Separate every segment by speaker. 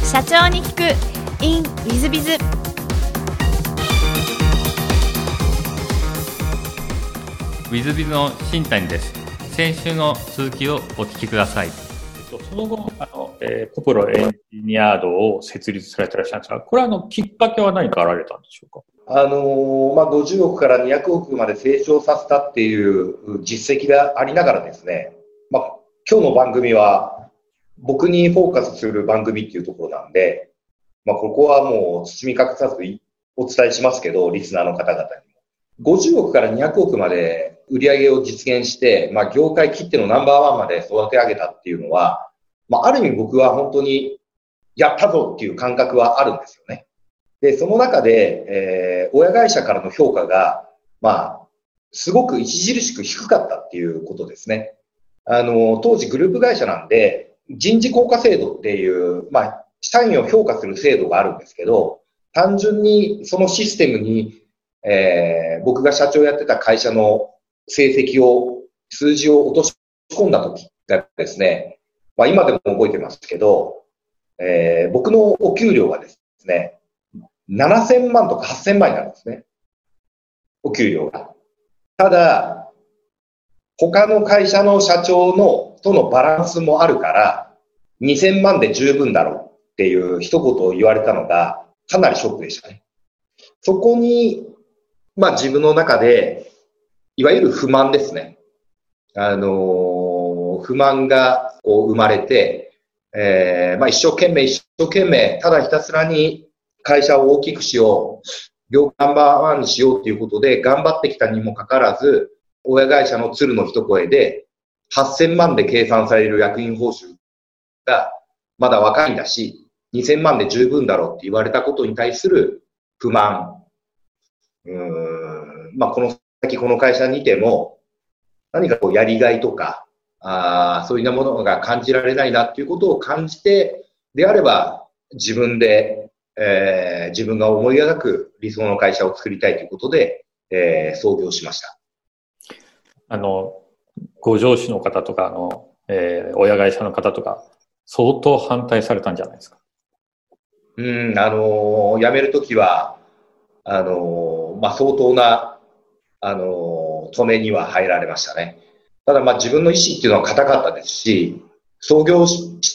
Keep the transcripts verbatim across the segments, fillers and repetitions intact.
Speaker 1: 社長に聞く in ウィズビズ。
Speaker 2: ウィズビズの新谷です。先週の続きをお聞きください。その後、あの、えー、コプロエンジニアードを設立されていらっしゃるんですが、これはあの、きっかけは何かあられたんでしょうか？
Speaker 3: あのー、まあ、ごじゅうおくからにひゃくおくまで成長させたっていう実績がありながらですね、まあ、今日の番組は僕にフォーカスする番組っていうところなんで、まあ、ここはもう包み隠さずお伝えしますけど、リスナーの方々にも。ごじゅうおくからにひゃくおくまで売り上げを実現して、まあ、業界きってのナンバーワンまで育て上げたっていうのは、まあ、ある意味僕は本当にやったぞっていう感覚はあるんですよね。で、その中で、えー、親会社からの評価が、まあ、すごく著しく低かったっていうことですね。あの、当時グループ会社なんで、人事効果制度っていう、まあ、社員を評価する制度があるんですけど、単純にそのシステムに、えー、僕が社長やってた会社の成績を、数字を落とし込んだ時がですね、まあ今でも覚えてますけど、えー、僕のお給料がですね、ななせんまんとかはっせんまんになるんですね。お給料が。ただ、他の会社の社長のとのバランスもあるから、にせんまんで十分だろうっていう一言を言われたのが、かなりショックでしたね。そこに、まあ自分の中で、いわゆる不満ですね。あのー、不満がこう生まれて、えー、まあ一生懸命一生懸命、ただひたすらに会社を大きくしよう、業界ナンバーワンにしようということで頑張ってきたにもかかわらず、親会社の鶴の一声で、はっせんまんで計算される役員報酬がまだ若いんだし、にせんまんで十分だろうって言われたことに対する不満。うーん、まあこの先この会社にいても、何かこうやりがいとか、あそういうものが感じられないなっていうことを感じて、であれば自分で、えー、自分が思い描く理想の会社を作りたいということで、えー、創業しました。
Speaker 2: あの、ご上司の方とか、あの、えー、親会社の方とか、相当反対されたんじゃないですか？
Speaker 3: うん、あのー、辞めるときは、あのー、まあ、相当な、あのー、止めには入られましたね。ただ、まあ、自分の意思っていうのは固かったですし、創業して、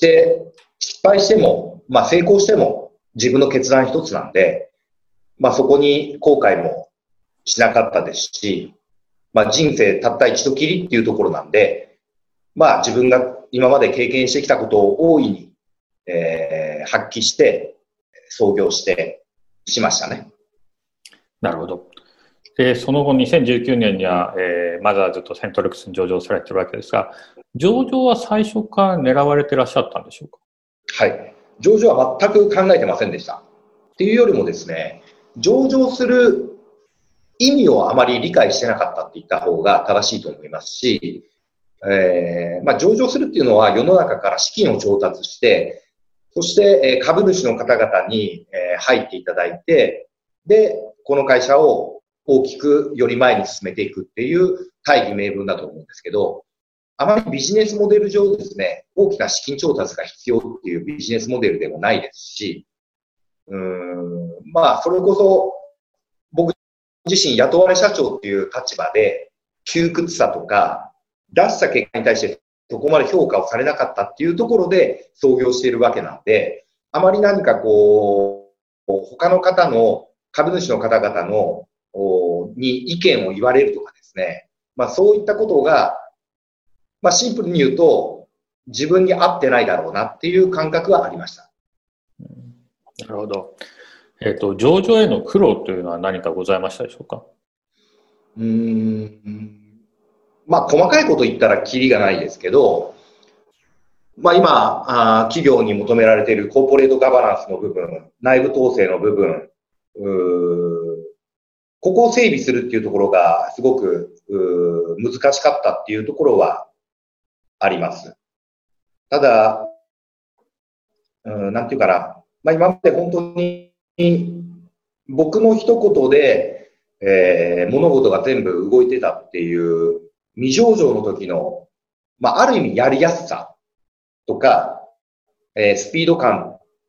Speaker 3: 失敗しても、まあ、成功しても、自分の決断一つなんで、まあ、そこに後悔もしなかったですし、まあ、人生たった一度きりっていうところなんで、まあ、自分が今まで経験してきたことを大いに、えー、発揮して、創業してしましたね。
Speaker 2: なるほど。で、その後にせんじゅうきゅうねんには、えー、マザーズとセントレックスに上場されているわけですが、上場は最初から狙われていらっしゃったんでしょうか？
Speaker 3: はい。上場は全く考えてませんでした。っていうよりもですね、上場する意味をあまり理解してなかったって言った方が正しいと思いますし、えー、まあ上場するっていうのは世の中から資金を調達して、そして株主の方々に入っていただいて、で、この会社を大きくより前に進めていくっていう大義名分だと思うんですけど、あまりビジネスモデル上ですね、大きな資金調達が必要っていうビジネスモデルでもないですし、うーん、まあ、それこそ僕自身雇われ社長っていう立場で、窮屈さとか、出した結果に対してそこまで評価をされなかったっていうところで創業しているわけなんで、あまり何かこう、他の方の、株主の方々の、に意見を言われるとかですね、まあそういったことが、まあシンプルに言うと、自分に合ってないだろうなっていう感覚はありました。
Speaker 2: なるほど。えっと、上場への苦労というのは何かございましたでしょうか？
Speaker 3: うーん。まあ細かいこと言ったらキリがないですけど、まあ今、あ企業に求められているコーポレートガバナンスの部分、内部統制の部分、うここを整備するっていうところがすごく難しかったっていうところはあります。ただ、うん、なんていうかな、まあ今まで本当に僕の一言で、えー、物事が全部動いてたっていう未上場の時の、まあある意味やりやすさとか、えー、スピード感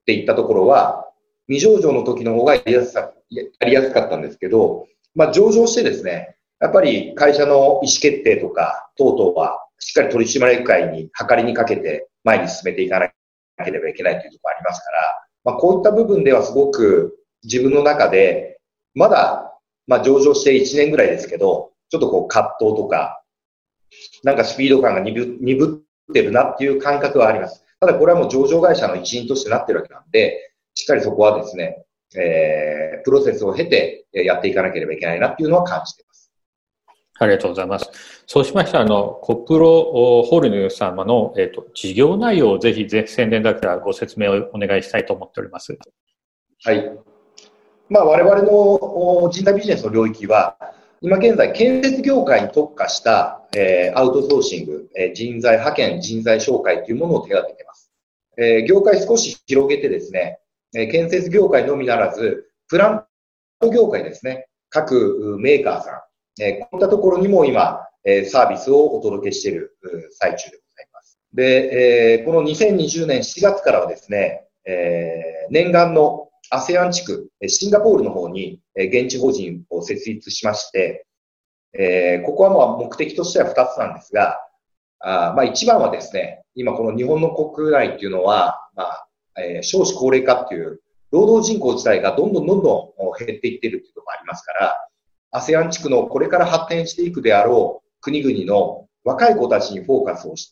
Speaker 3: っていったところは、未上場の時の方がやりやすさ、やりやすかったんですけど、まあ上場してですね、やっぱり会社の意思決定とか等々はしっかり取締役会に諮りにかけて前に進めていかなければいけないというところがありますから、まあこういった部分ではすごく自分の中で、まだ、まあ上場していちねんぐらいですけど、ちょっとこう葛藤とか、なんかスピード感が鈍、鈍ってるなっていう感覚はあります。ただこれはもう上場会社の一員としてなってるわけなんで、しっかりそこはですね、えー、プロセスを経てやっていかなければいけないなっていうのは感じています。
Speaker 2: ありがとうございます。そうしましたら、あの、コプロホールディングス様の、えっと、事業内容をぜひぜ宣伝だけはご説明をお願いしたいと思っております。
Speaker 3: はい。まあ、我々の人材ビジネスの領域は、今現在、建設業界に特化した、えー、アウトソーシング、えー、人材派遣、人材紹介というものを手掛けています。えー、業界少し広げてですね、えー、建設業界のみならず、プラント業界ですね、各メーカーさん、えー、こういったところにも今、えー、サービスをお届けしている最中でございます。で、えー、このにせんにじゅうねんしがつからはですね、えー、念願のアセアン 地区、シンガポールの方に現地法人を設立しまして、えー、ここはまあ目的としてはふたつなんですが、あまあ一番はですね、今この日本の国内っていうのは、まあ、えー、少子高齢化っていう労働人口自体がどんどんどんどん減っていっているっていうところがありますから、アセアン 地区のこれから発展していくであろう国々の若い子たちにフォーカスをして、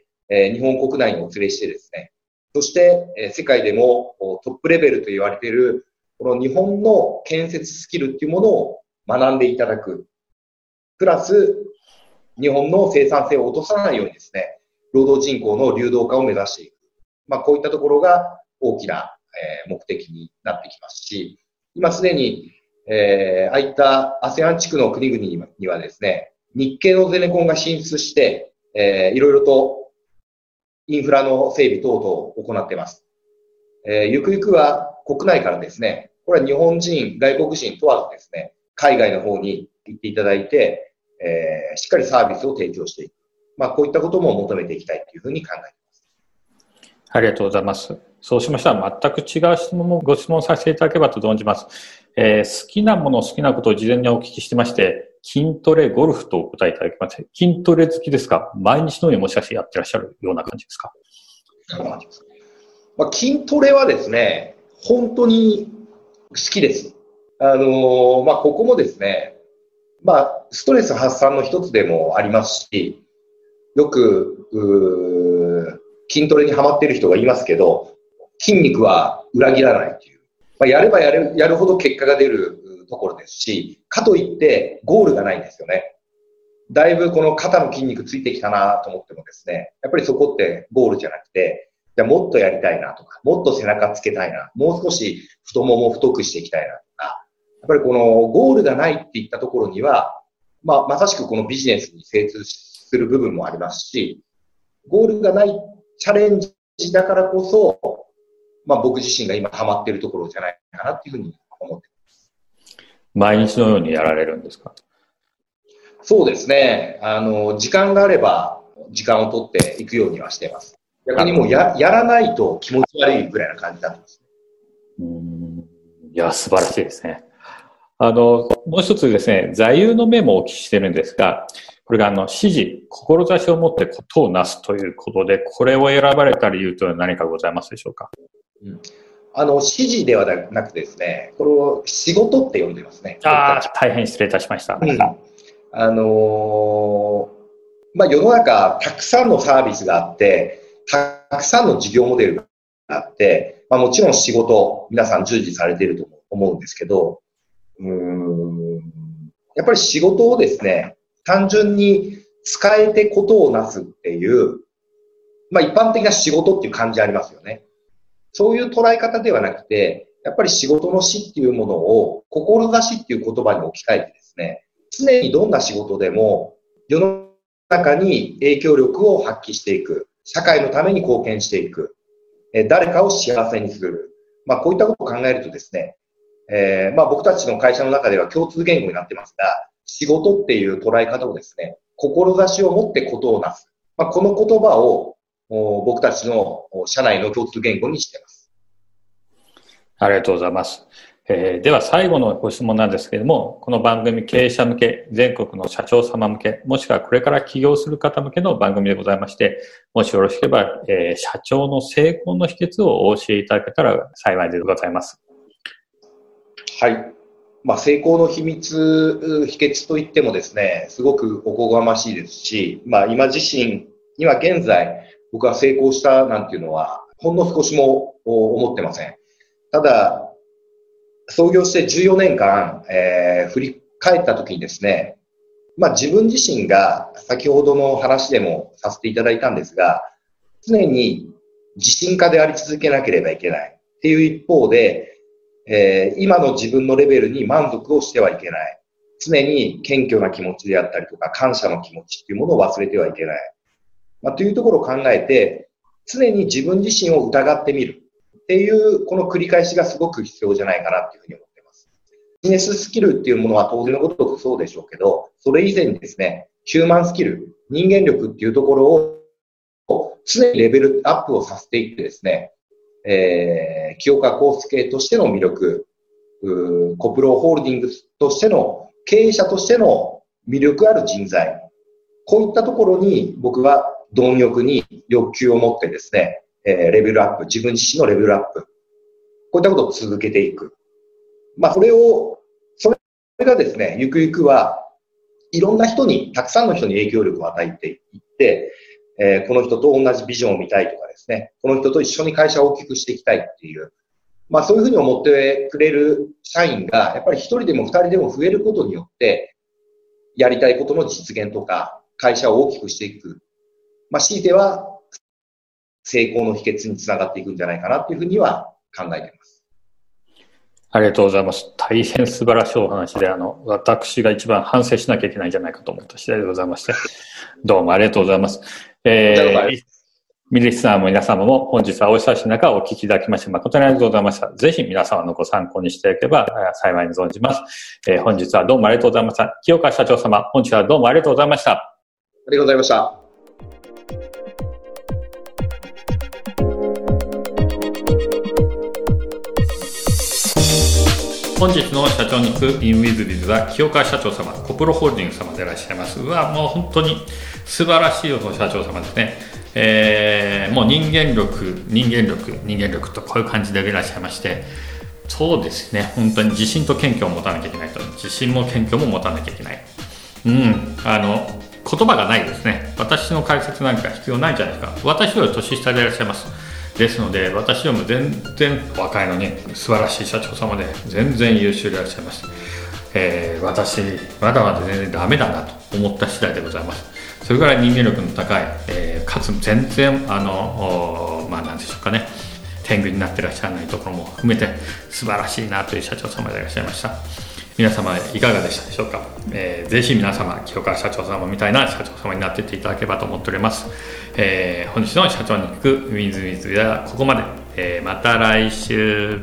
Speaker 3: えー、日本国内にお連れしてですね、そして、えー、世界でもトップレベルと言われているこの日本の建設スキルっていうものを学んでいただく。プラス、日本の生産性を落とさないようにですね、労働人口の流動化を目指していく。まあ、こういったところが大きな、えー、目的になってきますし、今すでに、えー、ああいった アセアン 地区の国々にはですね、日系のゼネコンが進出して、えー、いろいろとインフラの整備等々を行っています。えー、ゆくゆくは国内からですね、これは日本人、外国人問わずですね、海外の方に行っていただいて、えー、しっかりサービスを提供していく。まあ、こういったことも求めていきたいというふうに考えています。
Speaker 2: ありがとうございます。そうしましたら全く違う質問もご質問させていただければと存じます。えー、好きなもの、好きなことを事前にお聞きしてまして、筋トレ、ゴルフとお答えいただきました。筋トレ好きですか？毎日のようにもしかしてやってらっしゃるような感じですか？
Speaker 3: まあ、筋トレはですね、本当に好きです。あのー、まあ、ここもですね、まあ、ストレス発散の一つでもありますし、よく、う筋トレにハマっている人がいますけど、筋肉は裏切らないという。まあ、やればやる、やるほど結果が出るところですし、かといってゴールがないんですよね。だいぶこの肩の筋肉ついてきたなと思ってもですね、やっぱりそこってゴールじゃなくて、じゃあもっとやりたいなとか、もっと背中つけたいな、もう少し太ももを太くしていきたいなとか、やっぱりこのゴールがないっていったところには、まあ、まさしくこのビジネスに精通する部分もありますし、ゴールがないチャレンジだからこそ、まあ僕自身が今ハマっているところじゃないかなっていうふうに思っています。
Speaker 2: 毎日のようにやられるんですか？
Speaker 3: そうですね。あの、時間があれば時間を取っていくようにはしています。逆にもうや、やらないと気持ち悪いぐらいな感じなんです。
Speaker 2: うーん。いや、素晴らしいですね。あの、もう一つですね、座右の銘もお聞きしてるんですが、これがあの、指示、志を持ってことをなすということで、これを選ばれた理由というのは何かございますでしょうか？
Speaker 3: うん、あの、指示ではなくですね、これを仕事って呼んでますね。
Speaker 2: ああ、大変失礼いたしました。
Speaker 3: うん、あのー、まあ、世の中たくさんのサービスがあって、たくさんの事業モデルがあって、まあ、もちろん仕事、皆さん従事されていると思うんですけど、うーん、やっぱり仕事をですね、単純に使えてことをなすっていう、まあ一般的な仕事っていう感じありますよね。そういう捉え方ではなくて、やっぱり仕事の死っていうものを、志っていう言葉に置き換えてですね、常にどんな仕事でも世の中に影響力を発揮していく、社会のために貢献していく、誰かを幸せにする。まあこういったことを考えるとですね、えー、まあ僕たちの会社の中では共通言語になってますが、仕事っていう捉え方をですね、志を持ってことをなす。まあ、この言葉を僕たちの社内の共通言語にしています。
Speaker 2: ありがとうございます。えー、では最後のご質問なんですけれども、この番組経営者向け、全国の社長様向け、もしくはこれから起業する方向けの番組でございまして、もしよろしければ、えー、社長の成功の秘訣をお教えいただけたら幸いでございます。
Speaker 3: はい。まあ、成功の秘密、秘訣といってもですね、すごくおこがましいですし、まあ、今自身、今現在、僕は成功したなんていうのは、ほんの少しも思ってません。ただ、創業してじゅうよねんかん、えー、振り返ったときにですね、まあ自分自身が先ほどの話でもさせていただいたんですが、常に自信家であり続けなければいけないっていう一方で、えー、今の自分のレベルに満足をしてはいけない。常に謙虚な気持ちであったりとか感謝の気持ちっていうものを忘れてはいけない。まあ、というところを考えて、常に自分自身を疑ってみる。っていうこの繰り返しがすごく必要じゃないかなっていうふうに思っています。ビジネススキルっていうものは当然のことくそうでしょうけど、それ以前にですね、ヒューマンスキル、人間力っていうところを常にレベルアップをさせていってですね、えー、清川康介としての魅力、コプロホールディングスとしての経営者としての魅力ある人材、こういったところに僕は貪欲に欲求を持ってですね、えー、レベルアップ、自分自身のレベルアップ。こういったことを続けていく。まあ、それを、それがですね、ゆくゆくは、いろんな人に、たくさんの人に影響力を与えていって、えー、この人と同じビジョンを見たいとかですね、この人と一緒に会社を大きくしていきたいっていう、まあ、そういうふうに思ってくれる社員が、やっぱり一人でも二人でも増えることによって、やりたいことの実現とか、会社を大きくしていく。まあ、強いては、成功の秘訣につながっていくんじゃないかなっていうふうには考えています。
Speaker 2: ありがとうございます。大変素晴らしいお話で、あの、私が一番反省しなきゃいけないんじゃないかと思った次第でございまして、どうもありがとうございます。えー、ミリスさんも皆様も本日はお忙しい中お聞きいただきまして誠にありがとうございました。ぜひ皆様のご参考にしていただければ幸いに存じます。えー、本日はどうもありがとうございました。清川社長様、本日はどうもありがとうございました。
Speaker 3: ありがとうございました。
Speaker 2: 本日の社長に行く in with biz は清川社長様、コプロホールディングス様でいらっしゃいます。うわ、もう本当に素晴らしい社長様ですね。えー、もう人間力、人間力、人間力とこういう感じでいらっしゃいまして、そうですね、本当に自信と謙虚を持たなきゃいけないと。自信も謙虚も持たなきゃいけない。うん、あの、言葉がないですね。私の解説なんか必要ないんじゃないですか。私より年下でいらっしゃいます。ですので、私よりも全然若いのに素晴らしい社長様で全然優秀でいらっしゃいます。えー、私まだまだ全然ダメだなと思った次第でございます。それから人間力の高い、えー、かつ全然あのまあ何でしょうかね、天狗になっていらっしゃらないところも含めて素晴らしいなという社長様でいらっしゃいました。皆様いかがでしたでしょうか。えー、ぜひ皆様清川社長様みたいな社長様になっていっていただければと思っております。えー、本日の社長に聞くウィズウィズはここまで、えー、また来週。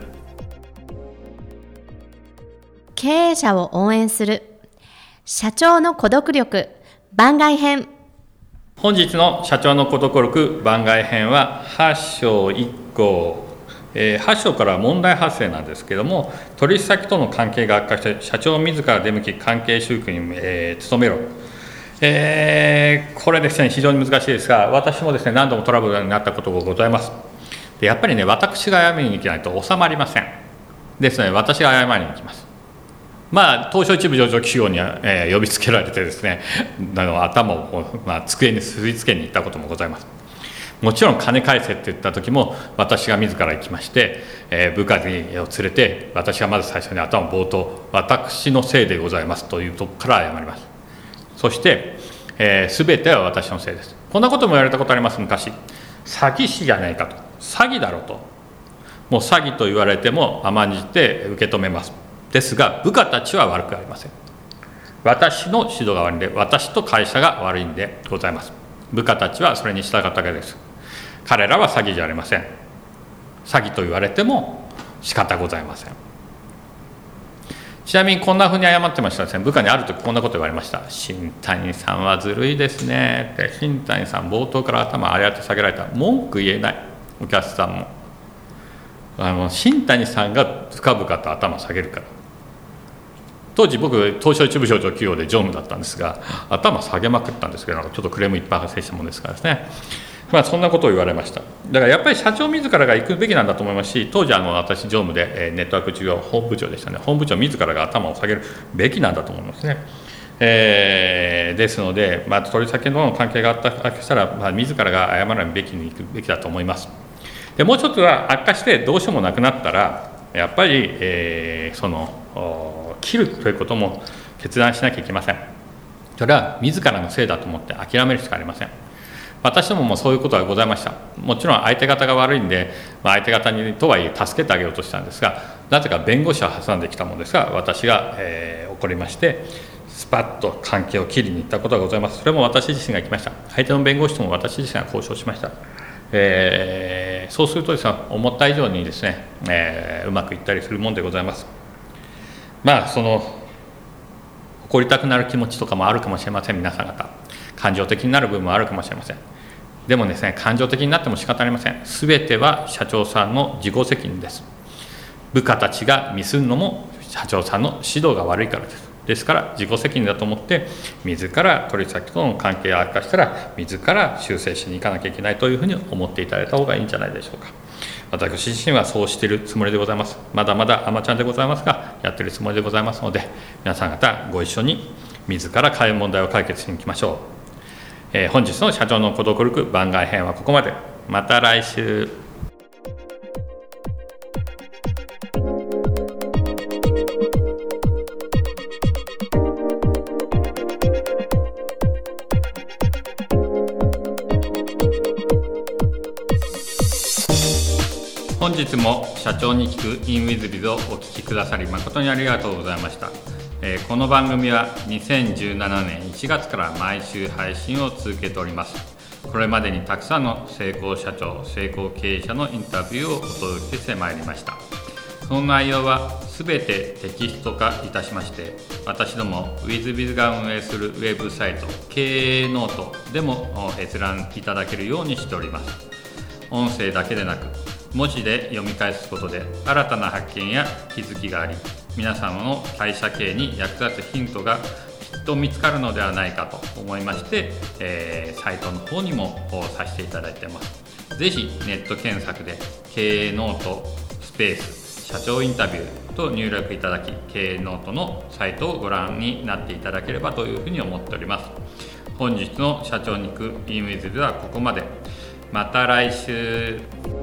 Speaker 1: 経営者を応援する社長の孤独力番外編。
Speaker 2: 本日の社長の孤独力番外編ははち章いっ項、えー、はち章から問題発生なんですけども、取引先との関係が悪化して社長自ら出向き関係修復に、えー、努めろ、えー、これですね非常に難しいですが、私もですね何度もトラブルになったことがございます。でやっぱりね、私が謝りに行けないと収まりません。ですので私が謝りに行きます。まあ、東証一部上場企業には、えー、呼びつけられてですね、あの頭を、まあ、机にすりつけに行ったこともございます。もちろん金返せって言った時も私が自ら行きまして、えー、部下を連れて、私がまず最初に頭を冒頭、私のせいでございますというところから謝ります。そして、えー、全ては私のせいです。こんなことも言われたことあります。昔詐欺師じゃないかと、詐欺だろうと、もう詐欺と言われても甘んじて受け止めます。ですが部下たちは悪くありません。私の指導が悪いんで、私と会社が悪いんでございます。部下たちはそれに従っただけです。彼らは詐欺じゃありません。詐欺と言われても仕方ございません。ちなみにこんなふうに謝ってましたですね。部下にある時こんなこと言われました。新谷さんはずるいですねって。新谷さん冒頭から頭あれやって下げられた。文句言えない。お客さんもあの新谷さんが深々と頭を下げるから。当時僕東証一部上場企業で常務だったんですが、頭下げまくったんですけど、ちょっとクレームいっぱい発生したものですからですね、まあ、そんなことを言われました。だからやっぱり社長自らが行くべきなんだと思いますし、当時あの私常務で、えー、ネットワーク事業本部長でしたね。本部長自らが頭を下げるべきなんだと思いますね。えー、ですので、まあ、取り先との関係があったとしたら、まあ、自らが謝るべきに行くべきだと思います。でもう一つは悪化してどうしようもなくなったらやっぱり、えー、その切るということも決断しなきゃいけません。それは自らのせいだと思って諦めるしかありません。私どももそういうことがございました。もちろん相手方が悪いんで、まあ、相手方にとはいえ助けてあげようとしたんですが、なぜか弁護士を挟んできたものですが、私が、えー、怒りましてスパッと関係を切りに行ったことがございます。それも私自身が行きました。相手の弁護士とも私自身が交渉しました。えー、そうするとですね、思った以上にですね、えー、うまくいったりするもんでございます。まあその怒りたくなる気持ちとかもあるかもしれません。皆さん方感情的になる部分もあるかもしれません。でもですね、感情的になっても仕方ありません。すべては社長さんの自己責任です。部下たちがミスるのも社長さんの指導が悪いからです。ですから自己責任だと思って自ら取引先との関係が悪化したら自ら修正しに行かなきゃいけないというふうに思っていただいた方がいいんじゃないでしょうか。私自身はそうしているつもりでございます。まだまだアマちゃんでございますがやっているつもりでございますので、皆さん方ご一緒に自ら解問題を解決しに行きましょう。えー、本日の社長の孤独力番外編はここまで。また来週。本日も社長に聞く InWithBiz をお聞きくださり誠にありがとうございました。えー、この番組はにせんじゅうななねんいちがつから毎週配信を続けております。これまでにたくさんの成功社長、成功経営者のインタビューをお届けしてまいりました。その内容はすべてテキスト化いたしまして、私ども WithBiz が運営するウェブサイト経営ノートでも閲覧いただけるようにしております。音声だけでなく文字で読み返すことで新たな発見や気づきがあり、皆様の会社経営に役立つヒントがきっと見つかるのではないかと思いまして、えー、サイトの方にもさせていただいています。ぜひネット検索で経営ノートスペース社長インタビューと入力いただき、経営ノートのサイトをご覧になっていただければというふうに思っております。本日の社長に行く InWithBiz はここまで。また来週。